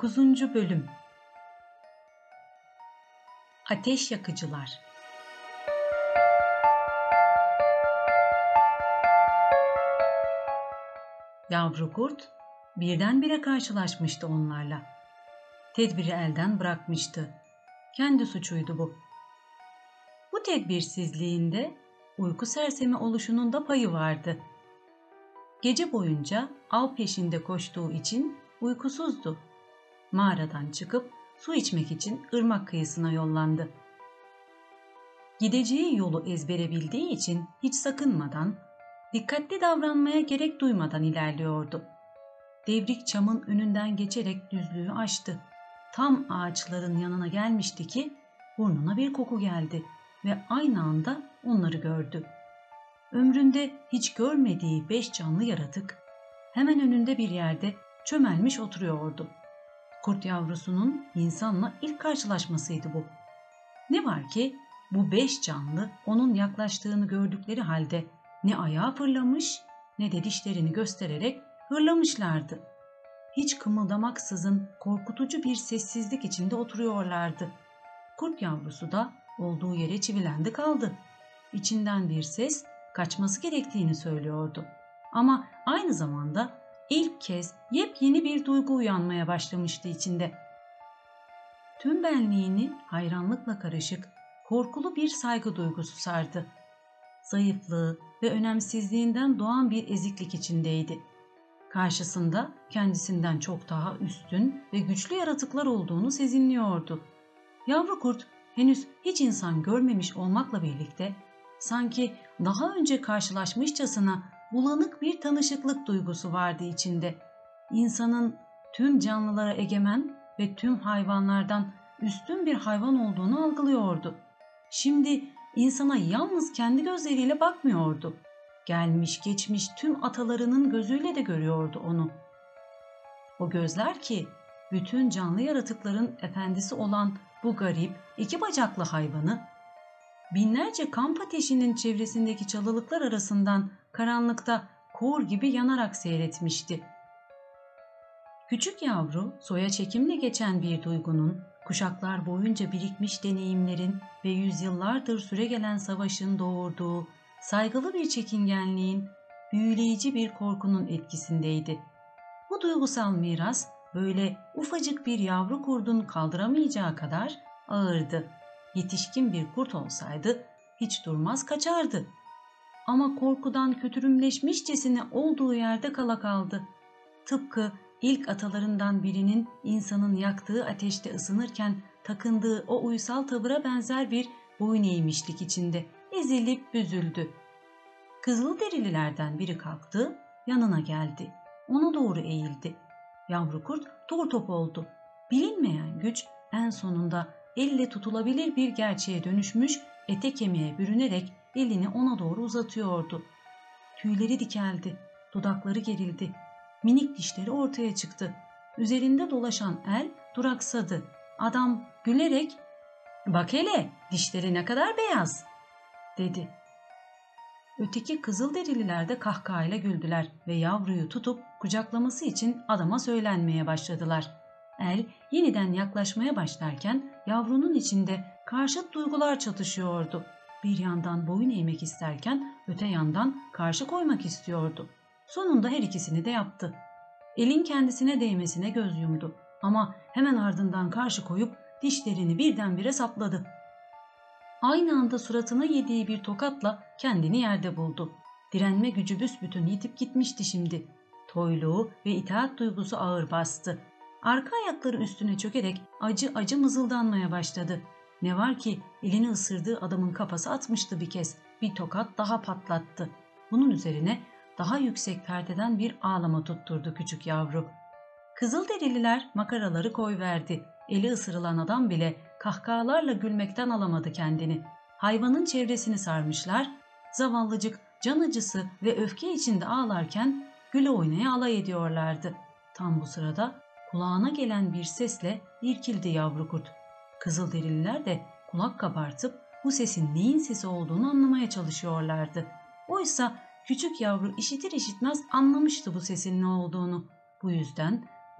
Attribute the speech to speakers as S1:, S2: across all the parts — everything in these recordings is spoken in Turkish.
S1: 9. Bölüm. Ateş yakıcılar. Yavru kurt birdenbire karşılaşmıştı onlarla. Tedbiri elden bırakmıştı. Kendi suçuydu bu. Bu tedbirsizliğinde uyku sersemi oluşunun da payı vardı. Gece boyunca av peşinde koştuğu için uykusuzdu. Mağaradan çıkıp su içmek için ırmak kıyısına yollandı. Gideceği yolu ezbere bildiği için hiç sakınmadan, dikkatli davranmaya gerek duymadan ilerliyordu. Devrik çamın önünden geçerek düzlüğü aştı. Tam ağaçların yanına gelmişti ki burnuna bir koku geldi ve aynı anda onları gördü. Ömründe hiç görmediği 5 canlı yaratık hemen önünde bir yerde çömelmiş oturuyordu. Kurt yavrusunun insanla ilk karşılaşmasıydı bu. Ne var ki bu 5 canlı onun yaklaştığını gördükleri halde ne ayağa fırlamış ne de dişlerini göstererek hırlamışlardı. Hiç kımıldamaksızın korkutucu bir sessizlik içinde oturuyorlardı. Kurt yavrusu da olduğu yere çivilendi kaldı. İçinden bir ses kaçması gerektiğini söylüyordu. Ama aynı zamanda ilk kez yepyeni bir duygu uyanmaya başlamıştı içinde. Tüm benliğini hayranlıkla karışık, korkulu bir saygı duygusu sardı. Zayıflığı ve önemsizliğinden doğan bir eziklik içindeydi. Karşısında kendisinden çok daha üstün ve güçlü yaratıklar olduğunu sezinliyordu. Yavru kurt henüz hiç insan görmemiş olmakla birlikte sanki daha önce karşılaşmışçasına bulanık bir tanışıklık duygusu vardı içinde. İnsanın tüm canlılara egemen ve tüm hayvanlardan üstün bir hayvan olduğunu algılıyordu. Şimdi insana yalnız kendi gözleriyle bakmıyordu. Gelmiş geçmiş tüm atalarının gözüyle de görüyordu onu. O gözler ki bütün canlı yaratıkların efendisi olan bu garip 2 bacaklı hayvanı binlerce kamp ateşinin çevresindeki çalılıklar arasından karanlıkta kor gibi yanarak seyretmişti. Küçük yavru soya çekimle geçen bir duygunun, kuşaklar boyunca birikmiş deneyimlerin ve yüzyıllardır süregelen savaşın doğurduğu saygılı bir çekingenliğin, büyüleyici bir korkunun etkisindeydi. Bu duygusal miras böyle ufacık bir yavru kurdun kaldıramayacağı kadar ağırdı. Yetişkin bir kurt olsaydı hiç durmaz kaçardı. Ama korkudan kötürümleşmişçesine olduğu yerde kala kaldı. Tıpkı ilk atalarından birinin insanın yaktığı ateşte ısınırken takındığı o uysal tavıra benzer bir boyun eğmişlik içinde ezilip büzüldü. Kızılderililerden biri kalktı, yanına geldi. Ona doğru eğildi. Yavru kurt tortop oldu. Bilinmeyen güç en sonunda elle tutulabilir bir gerçeğe dönüşmüş, ete kemiğe bürünerek elini ona doğru uzatıyordu. Tüyleri dikeldi, dudakları gerildi. Minik dişleri ortaya çıktı. Üzerinde dolaşan el duraksadı. Adam gülerek "Bak hele, dişleri ne kadar beyaz," dedi. Öteki Kızılderililer de kahkahayla güldüler ve yavruyu tutup kucaklaması için adama söylenmeye başladılar. El yeniden yaklaşmaya başlarken yavrunun içinde karşıt duygular çatışıyordu. Bir yandan boyun eğmek isterken öte yandan karşı koymak istiyordu. Sonunda her ikisini de yaptı. Elin kendisine değmesine göz yumdu ama hemen ardından karşı koyup dişlerini birdenbire sapladı. Aynı anda suratına yediği bir tokatla kendini yerde buldu. Direnme gücü büsbütün yitip gitmişti şimdi. Toyluğu ve itaat duygusu ağır bastı. Arka ayakları üstüne çökerek acı acı mızıldanmaya başladı. Ne var ki elini ısırdığı adamın kafası atmıştı bir kez. Bir tokat daha patlattı. Bunun üzerine daha yüksek perdeden bir ağlama tutturdu küçük yavru. Kızılderililer makaraları koyverdi. Eli ısırılan adam bile kahkahalarla gülmekten alamadı kendini. Hayvanın çevresini sarmışlar. Zavallıcık can acısı ve öfke içinde ağlarken güle oynaya alay ediyorlardı. Tam bu sırada kulağına gelen bir sesle irkildi yavru kurt. Kızılderililer de kulak kabartıp bu sesin neyin sesi olduğunu anlamaya çalışıyorlardı. Oysa küçük yavru işitir işitmez anlamıştı bu sesin ne olduğunu. Bu yüzden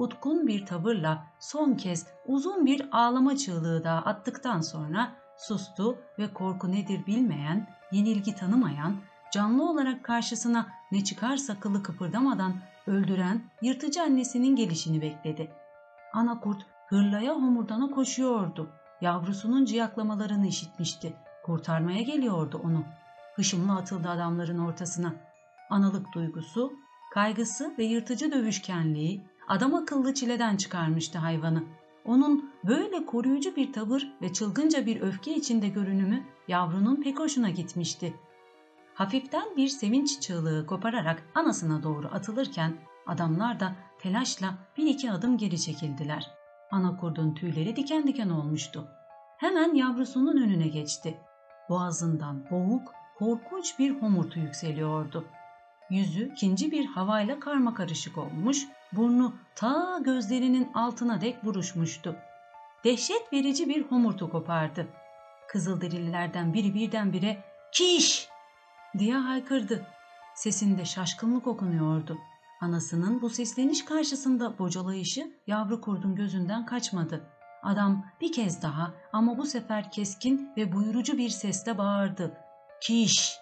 S1: utkun bir tavırla son kez uzun bir ağlama çığlığı daha attıktan sonra sustu ve korku nedir bilmeyen, yenilgi tanımayan, canlı olarak karşısına ne çıkarsa kılı kıpırdamadan öldüren yırtıcı annesinin gelişini bekledi. Ana kurt hırlaya homurdana koşuyordu. Yavrusunun ciyaklamalarını işitmişti. Kurtarmaya geliyordu onu. Hışımla atıldı adamların ortasına. Analık duygusu, kaygısı ve yırtıcı dövüşkenliği adam akıllı çileden çıkarmıştı hayvanı. Onun böyle koruyucu bir tavır ve çılgınca bir öfke içinde görünümü yavrunun pek hoşuna gitmişti. Hafiften bir sevinç çığlığı kopararak anasına doğru atılırken adamlar da telaşla bir iki adım geri çekildiler. Ana kurdun tüyleri diken diken olmuştu. Hemen yavrusunun önüne geçti. Boğazından boğuk, korkunç bir homurtu yükseliyordu. Yüzü ikinci bir havayla karmakarışık olmuş, burnu ta gözlerinin altına dek buruşmuştu. Dehşet verici bir homurtu kopardı. Kızılderililerden biri birdenbire "Kiş!" diye haykırdı. Sesinde şaşkınlık okunuyordu. Anasının bu sesleniş karşısında bocalayışı yavru kurdun gözünden kaçmadı. Adam bir kez daha ama bu sefer keskin ve buyurucu bir sesle bağırdı. "Kiş!"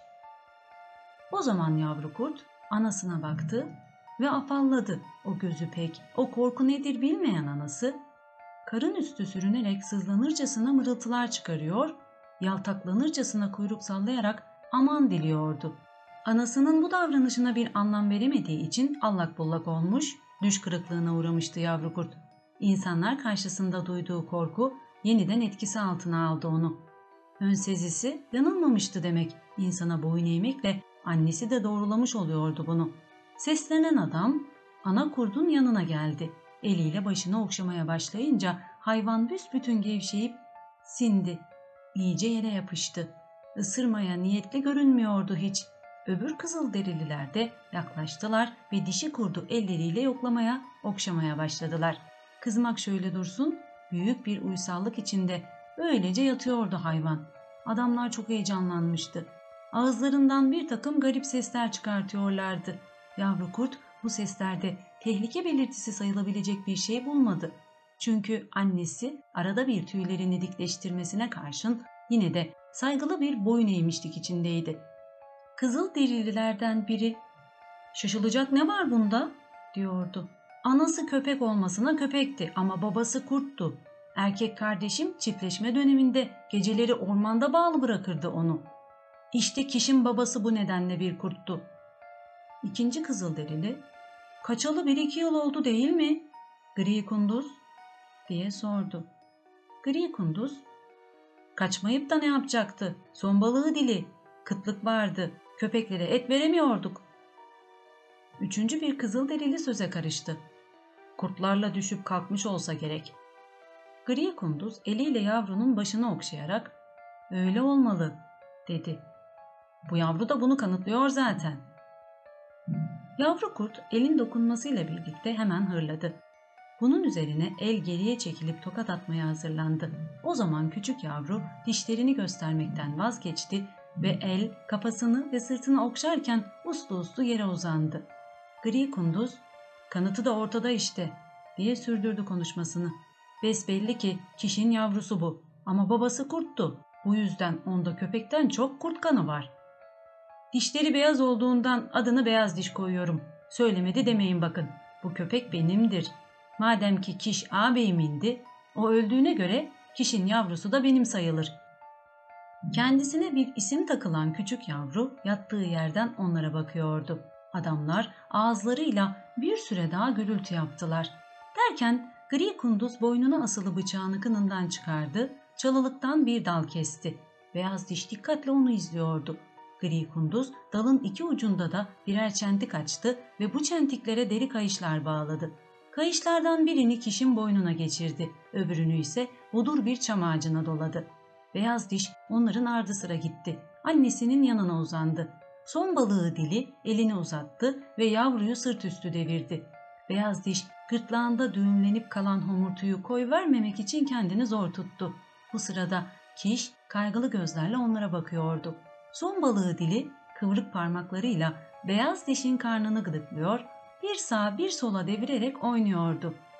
S1: O zaman yavru kurt anasına baktı ve afalladı. O gözü pek, o korku nedir bilmeyen anası, karın üstü sürünerek sızlanırcasına mırıltılar çıkarıyor, yaltaklanırcasına kuyruk sallayarak aman diliyordu. Anasının bu davranışına bir anlam veremediği için allak bullak olmuş, düş kırıklığına uğramıştı yavru kurt. İnsanlar karşısında duyduğu korku yeniden etkisi altına aldı onu. Ön sezisi yanılmamıştı demek. İnsana boyun eğmekle annesi de doğrulamış oluyordu bunu. Seslenen adam ana kurdun yanına geldi. Eliyle başını okşamaya başlayınca hayvan büsbütün gevşeyip sindi. İyice yere yapıştı. Isırmaya niyetli görünmüyordu hiç. Öbür kızılderililer de yaklaştılar ve dişi kurdu elleriyle yoklamaya, okşamaya başladılar. Kızmak şöyle dursun, büyük bir uysallık içinde öylece yatıyordu hayvan. Adamlar çok heyecanlanmıştı. Ağızlarından bir takım garip sesler çıkartıyorlardı. Yavru kurt bu seslerde tehlike belirtisi sayılabilecek bir şey bulmadı. Çünkü annesi arada bir tüylerini dikleştirmesine karşın yine de saygılı bir boyun eğmişlik içindeydi. Kızılderililerden biri "Şaşılacak ne var bunda?" diyordu. "Anası köpek olmasına köpekti ama babası kurttu. Erkek kardeşim çiftleşme döneminde geceleri ormanda bağlı bırakırdı onu. İşte Kiş'in babası bu nedenle bir kurttu." İkinci Kızılderili, "Kaçalı 1-2 yıl oldu değil mi? Gri kunduz?" diye sordu. Gri kunduz, "Kaçmayıp da ne yapacaktı? Son balığı dili. Kıtlık vardı. Köpeklere et veremiyorduk." Üçüncü bir Kızılderili söze karıştı. "Kurtlarla düşüp kalkmış olsa gerek." Gri kunduz eliyle yavrunun başını okşayarak "Öyle olmalı," dedi. "Bu yavru da bunu kanıtlıyor zaten." Yavru kurt elin dokunmasıyla birlikte hemen hırladı. Bunun üzerine el geriye çekilip tokat atmaya hazırlandı. O zaman küçük yavru dişlerini göstermekten vazgeçti ve el kafasını ve sırtını okşarken uslu uslu yere uzandı. Gri kunduz, "Kanıtı da ortada işte," diye sürdürdü konuşmasını. "Besbelli ki Kiş'in yavrusu bu ama babası kurttu. Bu yüzden onda köpekten çok kurt kanı var. Dişleri beyaz olduğundan adını beyaz diş koyuyorum. Söylemedi demeyin bakın. Bu köpek benimdir. Madem ki Kiş ağabeyimindi, o öldüğüne göre Kiş'in yavrusu da benim sayılır." Kendisine bir isim takılan küçük yavru yattığı yerden onlara bakıyordu. Adamlar ağızlarıyla bir süre daha gürültü yaptılar. Derken Gri kunduz boynuna asılı bıçağını kınından çıkardı, çalılıktan bir dal kesti. Beyaz diş dikkatle onu izliyordu. Gri kunduz dalın iki ucunda da birer çentik açtı ve bu çentiklere deri kayışlar bağladı. Kayışlardan birini Kiş'in boynuna geçirdi, öbürünü ise bodur bir çam ağacına doladı. Beyaz diş onların ardı sıra gitti. Annesinin yanına uzandı. Son balığı dili elini uzattı ve yavruyu sırt üstü devirdi. Beyaz diş gırtlağında düğümlenip kalan homurtuyu koyvermemek için kendini zor tuttu. Bu sırada Kiş kaygılı gözlerle onlara bakıyordu. Son balığı dili kıvrık parmaklarıyla beyaz dişin karnını gıdıklıyor, bir sağa bir sola devirerek oynuyordu.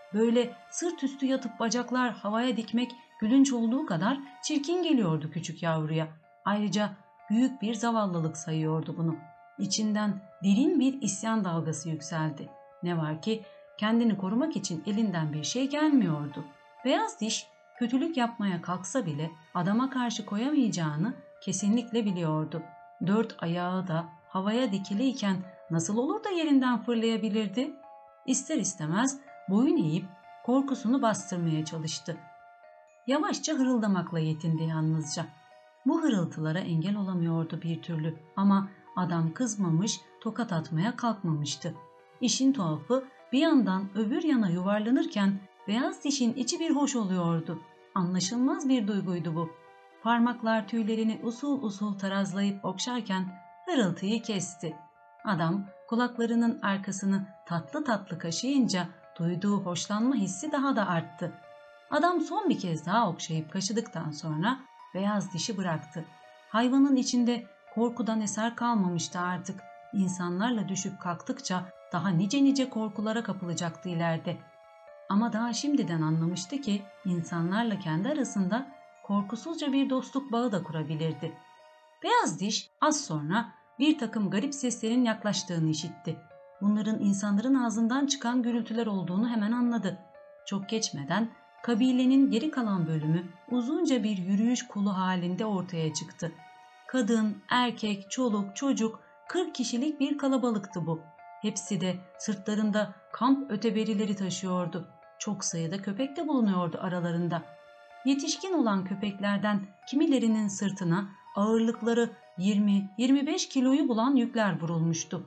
S1: Böyle sırt üstü yatıp bacaklar havaya dikmek gülünç olduğu kadar çirkin geliyordu küçük yavruya. Ayrıca büyük bir zavallılık sayıyordu bunu. İçinden derin bir isyan dalgası yükseldi. Ne var ki kendini korumak için elinden bir şey gelmiyordu. Beyaz diş kötülük yapmaya kalksa bile adama karşı koyamayacağını kesinlikle biliyordu. Dört ayağı da havaya dikiliyken nasıl olur da yerinden fırlayabilirdi? İster istemez boyun eğip korkusunu bastırmaya çalıştı. Yavaşça hırıldamakla yetindi yalnızca. Bu hırıltılara engel olamıyordu bir türlü ama adam kızmamış, tokat atmaya kalkmamıştı. İşin tuhafı bir yandan öbür yana yuvarlanırken beyaz dişin içi bir hoş oluyordu. Anlaşılmaz bir duyguydu bu. Parmaklar tüylerini usul usul tarazlayıp okşarken hırıltıyı kesti. Adam kulaklarının arkasını tatlı tatlı kaşıyınca duyduğu hoşlanma hissi daha da arttı. Adam son bir kez daha okşayıp kaşıdıktan sonra beyaz dişi bıraktı. Hayvanın içinde korkudan eser kalmamıştı artık. İnsanlarla düşüp kalktıkça daha nice nice korkulara kapılacaktı ileride. Ama daha şimdiden anlamıştı ki insanlarla kendi arasında korkusuzca bir dostluk bağı da kurabilirdi. Beyaz diş az sonra bir takım garip seslerin yaklaştığını işitti. Bunların insanların ağzından çıkan gürültüler olduğunu hemen anladı. Çok geçmeden kabilenin geri kalan bölümü uzunca bir yürüyüş kolu halinde ortaya çıktı. Kadın, erkek, çoluk, çocuk 40 kişilik bir kalabalıktı bu. Hepsi de sırtlarında kamp öteberileri taşıyordu. Çok sayıda köpek de bulunuyordu aralarında. Yetişkin olan köpeklerden kimilerinin sırtına ağırlıkları 20-25 kiloyu bulan yükler vurulmuştu.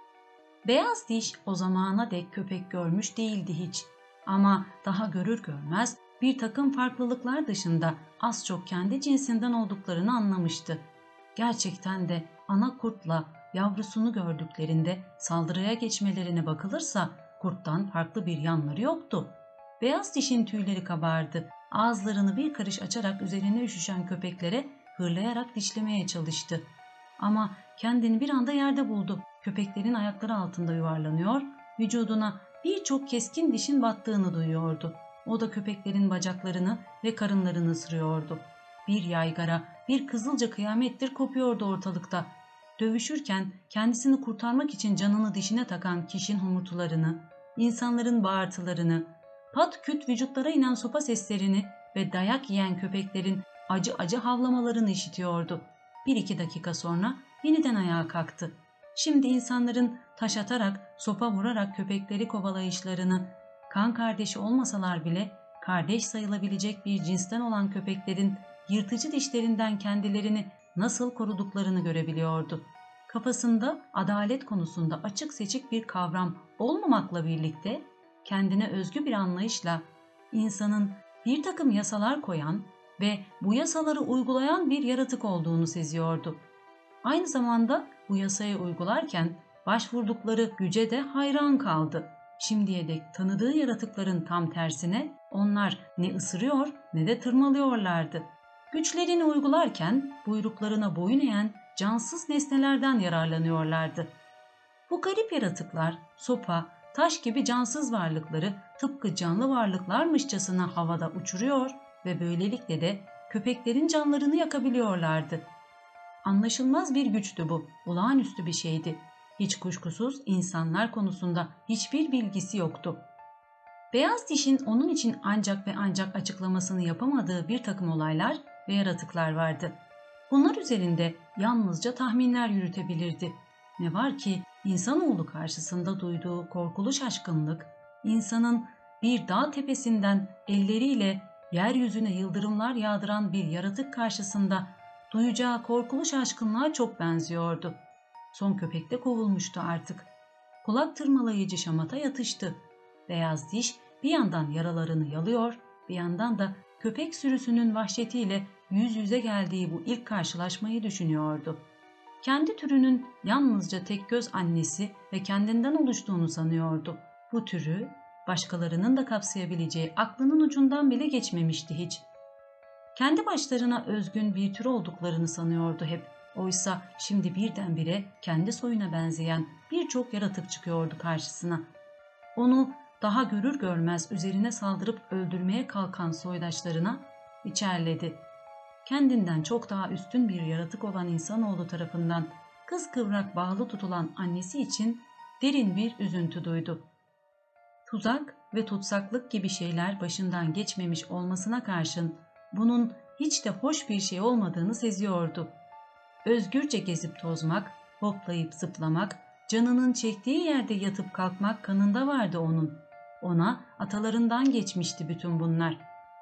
S1: Beyaz diş o zamana dek köpek görmüş değildi hiç. Ama daha görür görmez bir takım farklılıklar dışında az çok kendi cinsinden olduklarını anlamıştı. Gerçekten de ana kurtla yavrusunu gördüklerinde saldırıya geçmelerine bakılırsa kurttan farklı bir yanları yoktu. Beyaz dişin tüyleri kabardı. Ağızlarını bir karış açarak üzerine üşüşen köpeklere hırlayarak dişlemeye çalıştı. Ama kendini bir anda yerde buldu. Köpeklerin ayakları altında yuvarlanıyor, vücuduna birçok keskin dişin battığını duyuyordu. O da köpeklerin bacaklarını ve karınlarını ısırıyordu. Bir yaygara, bir kızılca kıyamettir kopuyordu ortalıkta. Dövüşürken kendisini kurtarmak için canını dişine takan kişinin homurtularını, insanların bağırtılarını, pat küt vücutlara inen sopa seslerini ve dayak yiyen köpeklerin acı acı havlamalarını işitiyordu. 1-2 dakika sonra yeniden ayağa kalktı. Şimdi insanların taş atarak, sopa vurarak köpekleri kovalayışlarını, kan kardeşi olmasalar bile kardeş sayılabilecek bir cinsten olan köpeklerin yırtıcı dişlerinden kendilerini nasıl koruduklarını görebiliyordu. Kafasında adalet konusunda açık seçik bir kavram olmamakla birlikte kendine özgü bir anlayışla insanın bir takım yasalar koyan ve bu yasaları uygulayan bir yaratık olduğunu seziyordu. Aynı zamanda bu yasayı uygularken başvurdukları güce de hayran kaldı. Şimdiye dek tanıdığı yaratıkların tam tersine onlar ne ısırıyor ne de tırmalıyorlardı. Güçlerini uygularken buyruklarına boyun eğen cansız nesnelerden yararlanıyorlardı. Bu garip yaratıklar sopa, taş gibi cansız varlıkları tıpkı canlı varlıklarmışçasına havada uçuruyor ve böylelikle de köpeklerin canlarını yakabiliyorlardı. Anlaşılmaz bir güçtü bu, olağanüstü bir şeydi. Hiç kuşkusuz insanlar konusunda hiçbir bilgisi yoktu. Beyaz dişin onun için ancak ve ancak açıklamasını yapamadığı bir takım olaylar ve yaratıklar vardı. Bunlar üzerinde yalnızca tahminler yürütebilirdi. Ne var ki insanoğlu karşısında duyduğu korkulu şaşkınlık, insanın bir dağ tepesinden elleriyle yeryüzüne yıldırımlar yağdıran bir yaratık karşısında duyacağı korkulu şaşkınlığa çok benziyordu. Son köpek de kovulmuştu artık. Kulak tırmalayıcı şamata yatıştı. Beyaz diş bir yandan yaralarını yalıyor, bir yandan da köpek sürüsünün vahşetiyle yüz yüze geldiği bu ilk karşılaşmayı düşünüyordu. Kendi türünün yalnızca tek göz annesi ve kendinden oluştuğunu sanıyordu. Bu türü başkalarının da kapsayabileceği aklının ucundan bile geçmemişti hiç. Kendi başlarına özgün bir tür olduklarını sanıyordu hep. Oysa şimdi birdenbire kendi soyuna benzeyen birçok yaratık çıkıyordu karşısına. Onu daha görür görmez üzerine saldırıp öldürmeye kalkan soydaşlarına içerledi. Kendinden çok daha üstün bir yaratık olan insanoğlu tarafından kıskıvrak bağlı tutulan annesi için derin bir üzüntü duydu. Tuzak ve tutsaklık gibi şeyler başından geçmemiş olmasına karşın bunun hiç de hoş bir şey olmadığını seziyordu. Özgürce gezip tozmak, hoplayıp zıplamak, canının çektiği yerde yatıp kalkmak kanında vardı onun. Ona atalarından geçmişti bütün bunlar.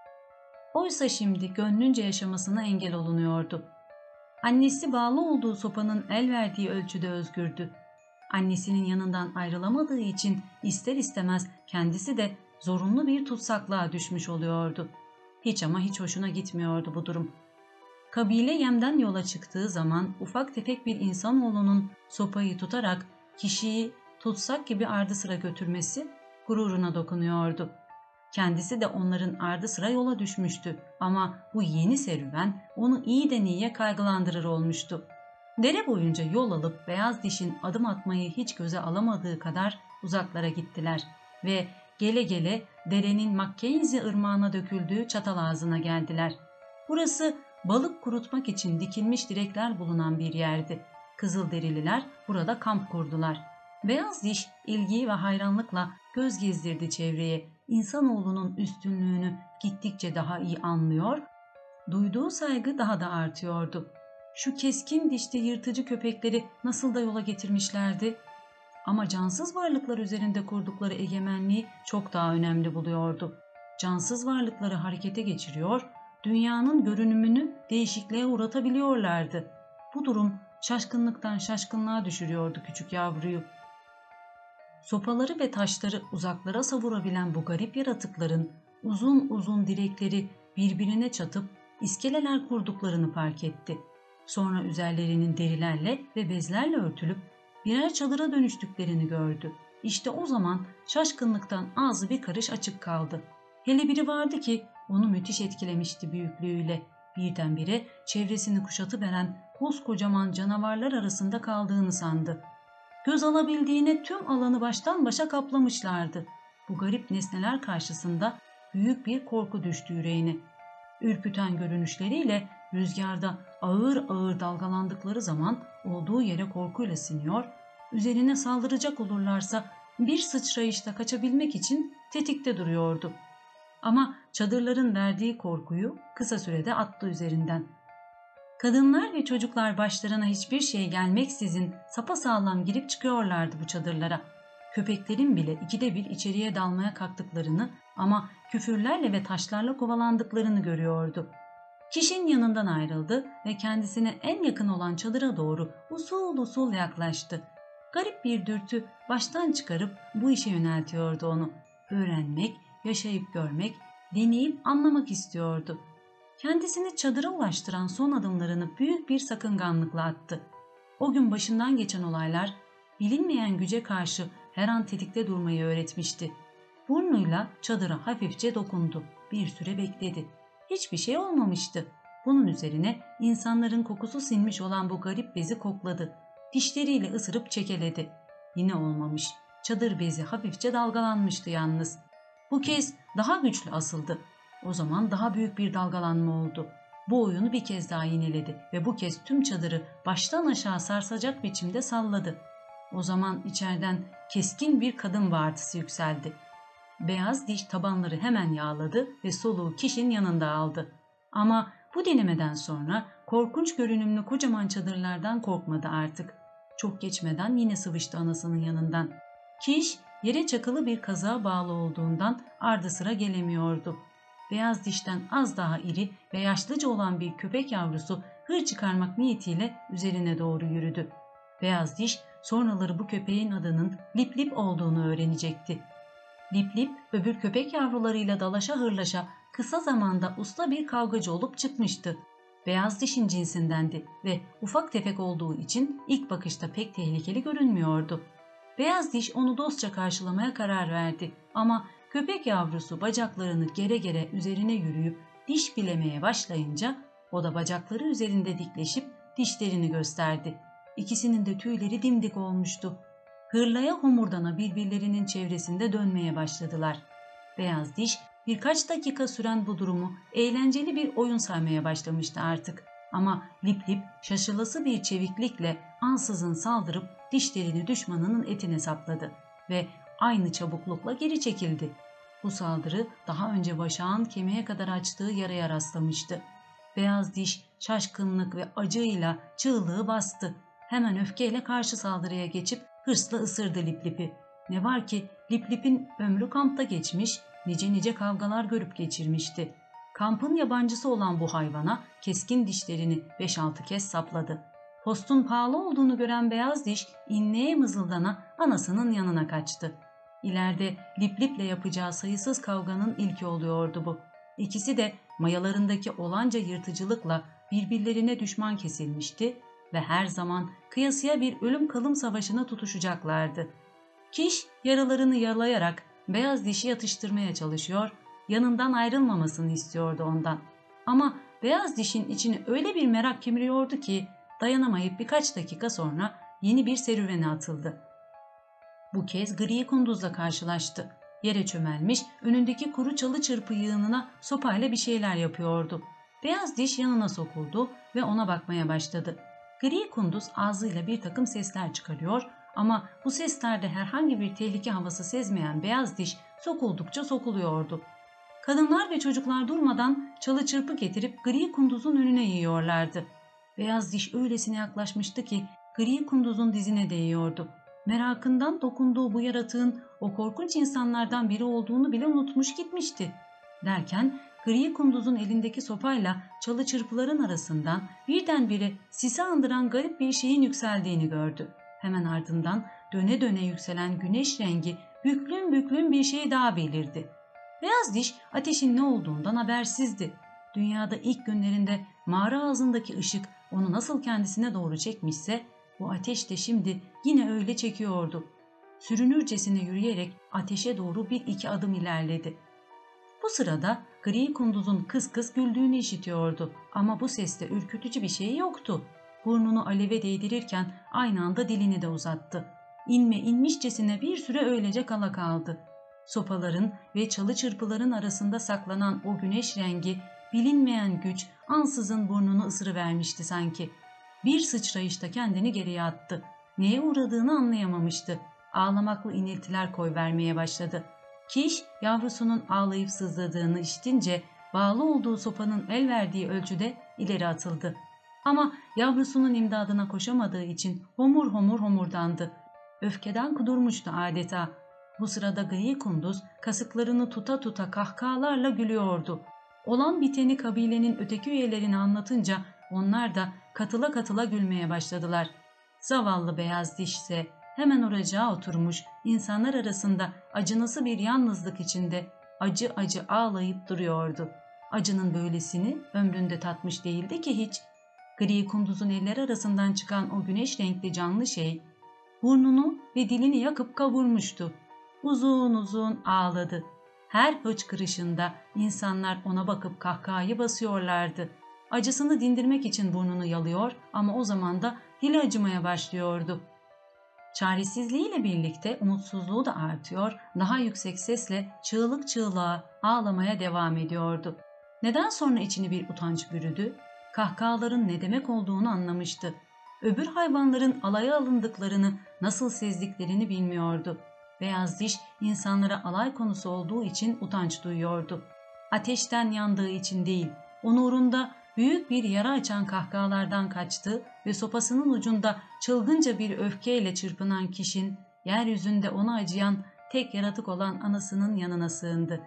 S1: Oysa şimdi gönlünce yaşamasına engel olunuyordu. Annesi bağlı olduğu sopanın el verdiği ölçüde özgürdü. Annesinin yanından ayrılamadığı için ister istemez kendisi de zorunlu bir tutsaklığa düşmüş oluyordu. Hiç ama hiç hoşuna gitmiyordu bu durum. Kabile yemden yola çıktığı zaman ufak tefek bir insanoğlunun sopayı tutarak kişiyi tutsak gibi ardı sıra götürmesi gururuna dokunuyordu. Kendisi de onların ardı sıra yola düşmüştü ama bu yeni serüven onu iyiden iyiye kaygılandırır olmuştu. Dere boyunca yol alıp beyaz dişin adım atmayı hiç göze alamadığı kadar uzaklara gittiler ve gele gele derenin Mackenzie ırmağına döküldüğü çatal ağzına geldiler. Burası balık kurutmak için dikilmiş direkler bulunan bir yerdi. Kızılderililer burada kamp kurdular. Beyaz diş ilgi ve hayranlıkla göz gezdirdi çevreye. İnsanoğlunun üstünlüğünü gittikçe daha iyi anlıyor, duyduğu saygı daha da artıyordu. Şu keskin dişli yırtıcı köpekleri nasıl da yola getirmişlerdi. Ama cansız varlıklar üzerinde kurdukları egemenliği çok daha önemli buluyordu. Cansız varlıkları harekete geçiriyor, dünyanın görünümünü değişikliğe uğratabiliyorlardı. Bu durum şaşkınlıktan şaşkınlığa düşürüyordu küçük yavruyu. Sopaları ve taşları uzaklara savurabilen bu garip yaratıkların uzun uzun direkleri birbirine çatıp iskeleler kurduklarını fark etti. Sonra üzerlerinin derilerle ve bezlerle örtülüp birer çadıra dönüştüklerini gördü. İşte o zaman şaşkınlıktan ağzı bir karış açık kaldı. Hele biri vardı ki onu müthiş etkilemişti büyüklüğüyle. Birdenbire çevresini kuşatıveren koskocaman canavarlar arasında kaldığını sandı. Göz alabildiğine tüm alanı baştan başa kaplamışlardı. Bu garip nesneler karşısında büyük bir korku düştü yüreğine. Ürküten görünüşleriyle rüzgarda ağır ağır dalgalandıkları zaman olduğu yere korkuyla siniyor, üzerine saldıracak olurlarsa bir sıçrayışta kaçabilmek için tetikte duruyordu. Ama çadırların verdiği korkuyu kısa sürede attı üzerinden. Kadınlar ve çocuklar başlarına hiçbir şey gelmeksizin sapasağlam girip çıkıyorlardı bu çadırlara. Köpeklerin bile ikide bir içeriye dalmaya kalktıklarını ama küfürlerle ve taşlarla kovalandıklarını görüyordu. Kişinin yanından ayrıldı ve kendisine en yakın olan çadıra doğru usul usul yaklaştı. Garip bir dürtü baştan çıkarıp bu işe yöneltiyordu onu. Öğrenmek, yaşayıp görmek, deneyip anlamak istiyordu. Kendisini çadıra ulaştıran son adımlarını büyük bir sakınganlıkla attı. O gün başından geçen olaylar bilinmeyen güce karşı her an tetikte durmayı öğretmişti. Burnuyla çadıra hafifçe dokundu. Bir süre bekledi. Hiçbir şey olmamıştı. Bunun üzerine insanların kokusu sinmiş olan bu garip bezi kokladı. Dişleriyle ısırıp çekeledi. Yine olmamış. Çadır bezi hafifçe dalgalanmıştı yalnız. Bu kez daha güçlü asıldı. O zaman daha büyük bir dalgalanma oldu. Bu oyunu bir kez daha yineledi ve bu kez tüm çadırı baştan aşağı sarsacak biçimde salladı. O zaman içeriden keskin bir kadın bağırtısı yükseldi. Beyaz diş tabanları hemen yağladı ve soluğu kişinin yanında aldı. Ama bu denemeden sonra korkunç görünümlü kocaman çadırlardan korkmadı artık. Çok geçmeden yine sıvıştı anasının yanından. Kiş yere çakılı bir kazığa bağlı olduğundan ardı sıra gelemiyordu. Beyaz dişten az daha iri ve yaşlıca olan bir köpek yavrusu hır çıkarmak niyetiyle üzerine doğru yürüdü. Beyaz diş sonraları bu köpeğin adının Lip Lip olduğunu öğrenecekti. Lip Lip öbür köpek yavrularıyla dalaşa hırlaşa kısa zamanda usta bir kavgacı olup çıkmıştı. Beyaz dişin cinsindendi ve ufak tefek olduğu için ilk bakışta pek tehlikeli görünmüyordu. Beyaz diş onu dostça karşılamaya karar verdi ama köpek yavrusu bacaklarını gere gere üzerine yürüyüp diş bilemeye başlayınca o da bacakları üzerinde dikleşip dişlerini gösterdi. İkisinin de tüyleri dimdik olmuştu. hırlaya homurdana birbirlerinin çevresinde dönmeye başladılar. Beyaz Diş birkaç dakika süren bu durumu eğlenceli bir oyun saymaya başlamıştı artık. Ama Lip Lip şaşılası bir çeviklikle ansızın saldırıp dişlerini düşmanının etine sapladı ve aynı çabuklukla geri çekildi. Bu saldırı daha önce başağın kemiğe kadar açtığı yaraya rastlamıştı. Beyaz Diş şaşkınlık ve acıyla çığlığı bastı. Hemen öfkeyle karşı saldırıya geçip hırsla ısırdı Lip Lip'i. Ne var ki Lip Lip'in ömrü kampta geçmiş, nice kavgalar görüp geçirmişti. Kampın yabancısı olan bu hayvana keskin dişlerini 5-6 kez sapladı. Postun pahalı olduğunu gören Beyaz Diş inleye mızıldana anasının yanına kaçtı. İleride Lip Lip'le yapacağı sayısız kavganın ilki oluyordu bu. İkisi de mayalarındaki olanca yırtıcılıkla birbirlerine düşman kesilmişti ve her zaman kıyasıya bir ölüm kalım savaşına tutuşacaklardı. Kiş yaralarını yalayarak Beyaz Dişi yatıştırmaya çalışıyor, yanından ayrılmamasını istiyordu ondan. Ama Beyaz Diş'in içini öyle bir merak kemiriyordu ki dayanamayıp birkaç dakika sonra yeni bir serüvene atıldı. Bu kez Gri Kunduz'la karşılaştı. Yere çömelmiş, önündeki kuru çalı çırpı yığınına sopayla bir şeyler yapıyordu. Beyaz Diş yanına sokuldu ve ona bakmaya başladı. Gri Kunduz ağzıyla bir takım sesler çıkarıyor ama bu seslerde herhangi bir tehlike havası sezmeyen Beyaz Diş sokuldukça sokuluyordu. Kadınlar ve çocuklar durmadan çalı çırpı getirip Gri Kunduz'un önüne yiyorlardı. Beyaz Diş öylesine yaklaşmıştı ki Gri Kunduz'un dizine değiyordu. Merakından dokunduğu bu yaratığın o korkunç insanlardan biri olduğunu bile unutmuş gitmişti. Derken Gri Kunduz'un elindeki sopayla çalı çırpıların arasından birdenbire sisi andıran garip bir şeyin yükseldiğini gördü. Hemen ardından döne döne yükselen güneş rengi büklüm bir şey daha belirdi. Beyaz Diş ateşin ne olduğundan habersizdi. Dünyada ilk günlerinde mağara ağzındaki ışık onu nasıl kendisine doğru çekmişse bu ateş de şimdi yine öyle çekiyordu. Sürünürcesine yürüyerek ateşe doğru 1-2 adım ilerledi. Bu sırada Gri Kunduz'un kıs kıs güldüğünü işitiyordu ama bu seste ürkütücü bir şey yoktu. Burnunu aleve değdirirken aynı anda dilini de uzattı. İnmişçesine bir süre öylece kala kaldı. Sopaların ve çalı çırpıların arasında saklanan o güneş rengi, bilinmeyen güç ansızın burnunu ısırıvermişti sanki. Bir sıçrayışta kendini geriye attı. Neye uğradığını anlayamamıştı. Ağlamaklı iniltiler koyvermeye başladı. Kiş yavrusunun ağlayıp sızladığını işitince bağlı olduğu sopanın el verdiği ölçüde ileri atıldı. Ama yavrusunun imdadına koşamadığı için homur homurdandı. Öfkeden kudurmuştu adeta. Bu sırada Gri Kunduz kasıklarını tuta tuta kahkahalarla gülüyordu. Olan biteni kabilenin öteki üyelerine anlatınca onlar da katıla katıla gülmeye başladılar. Zavallı Beyaz Diş ise hemen oracağa oturmuş, insanlar arasında acınası bir yalnızlık içinde acı acı ağlayıp duruyordu. Acının böylesini ömründe tatmış değildi ki hiç. Gri Kunduz'un eller arasından çıkan o güneş renkli canlı şey burnunu ve dilini yakıp kavurmuştu. Uzun uzun ağladı. Her hıçkırışında insanlar ona bakıp kahkahayı basıyorlardı. Acısını dindirmek için burnunu yalıyor ama o zaman da dili acımaya başlıyordu. Çaresizliğiyle birlikte umutsuzluğu da artıyor, daha yüksek sesle çığlık çığlığa ağlamaya devam ediyordu. Neden sonra içini bir utanç bürüdü? Kahkahaların ne demek olduğunu anlamıştı. Öbür hayvanların alaya alındıklarını, nasıl sezdiklerini bilmiyordu. Beyaz Diş insanlara alay konusu olduğu için utanç duyuyordu. Ateşten yandığı için değil, onurunda büyük bir yara açan kahkahalardan kaçtı ve sopasının ucunda çılgınca bir öfkeyle çırpınan Kişin, yeryüzünde ona acıyan tek yaratık olan anasının yanına sığındı.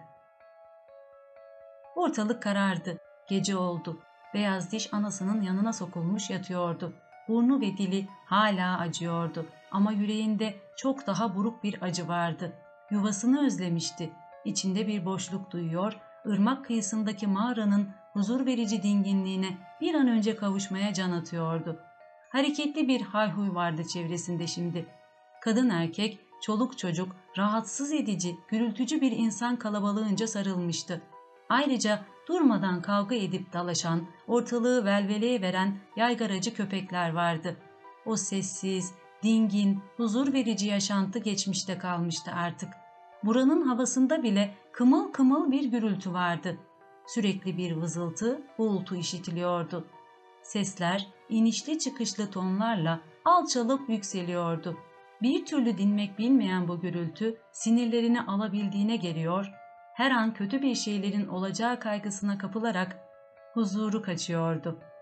S1: Ortalık karardı, gece oldu. Beyaz Diş anasının yanına sokulmuş yatıyordu. Burnu ve dili hala acıyordu ama yüreğinde çok daha buruk bir acı vardı. Yuvasını özlemişti. İçinde bir boşluk duyuyor, ırmak kıyısındaki mağaranın huzur verici dinginliğine bir an önce kavuşmaya can atıyordu. Hareketli bir hayhuy vardı çevresinde şimdi. Kadın erkek, çoluk çocuk, rahatsız edici, gürültücü bir insan kalabalığınca sarılmıştı. Ayrıca durmadan kavga edip dalaşan, ortalığı velveleye veren yaygaracı köpekler vardı. O sessiz, Dingin, huzur verici yaşantı geçmişte kalmıştı artık. Buranın havasında bile kımıl kımıl bir gürültü vardı. Sürekli bir vızıltı, uğultu işitiliyordu. Sesler inişli çıkışlı tonlarla alçalıp yükseliyordu. Bir türlü dinmek bilmeyen bu gürültü sinirlerini alabildiğine geliyor, her an kötü bir şeylerin olacağı kaygısına kapılarak huzuru kaçıyordu.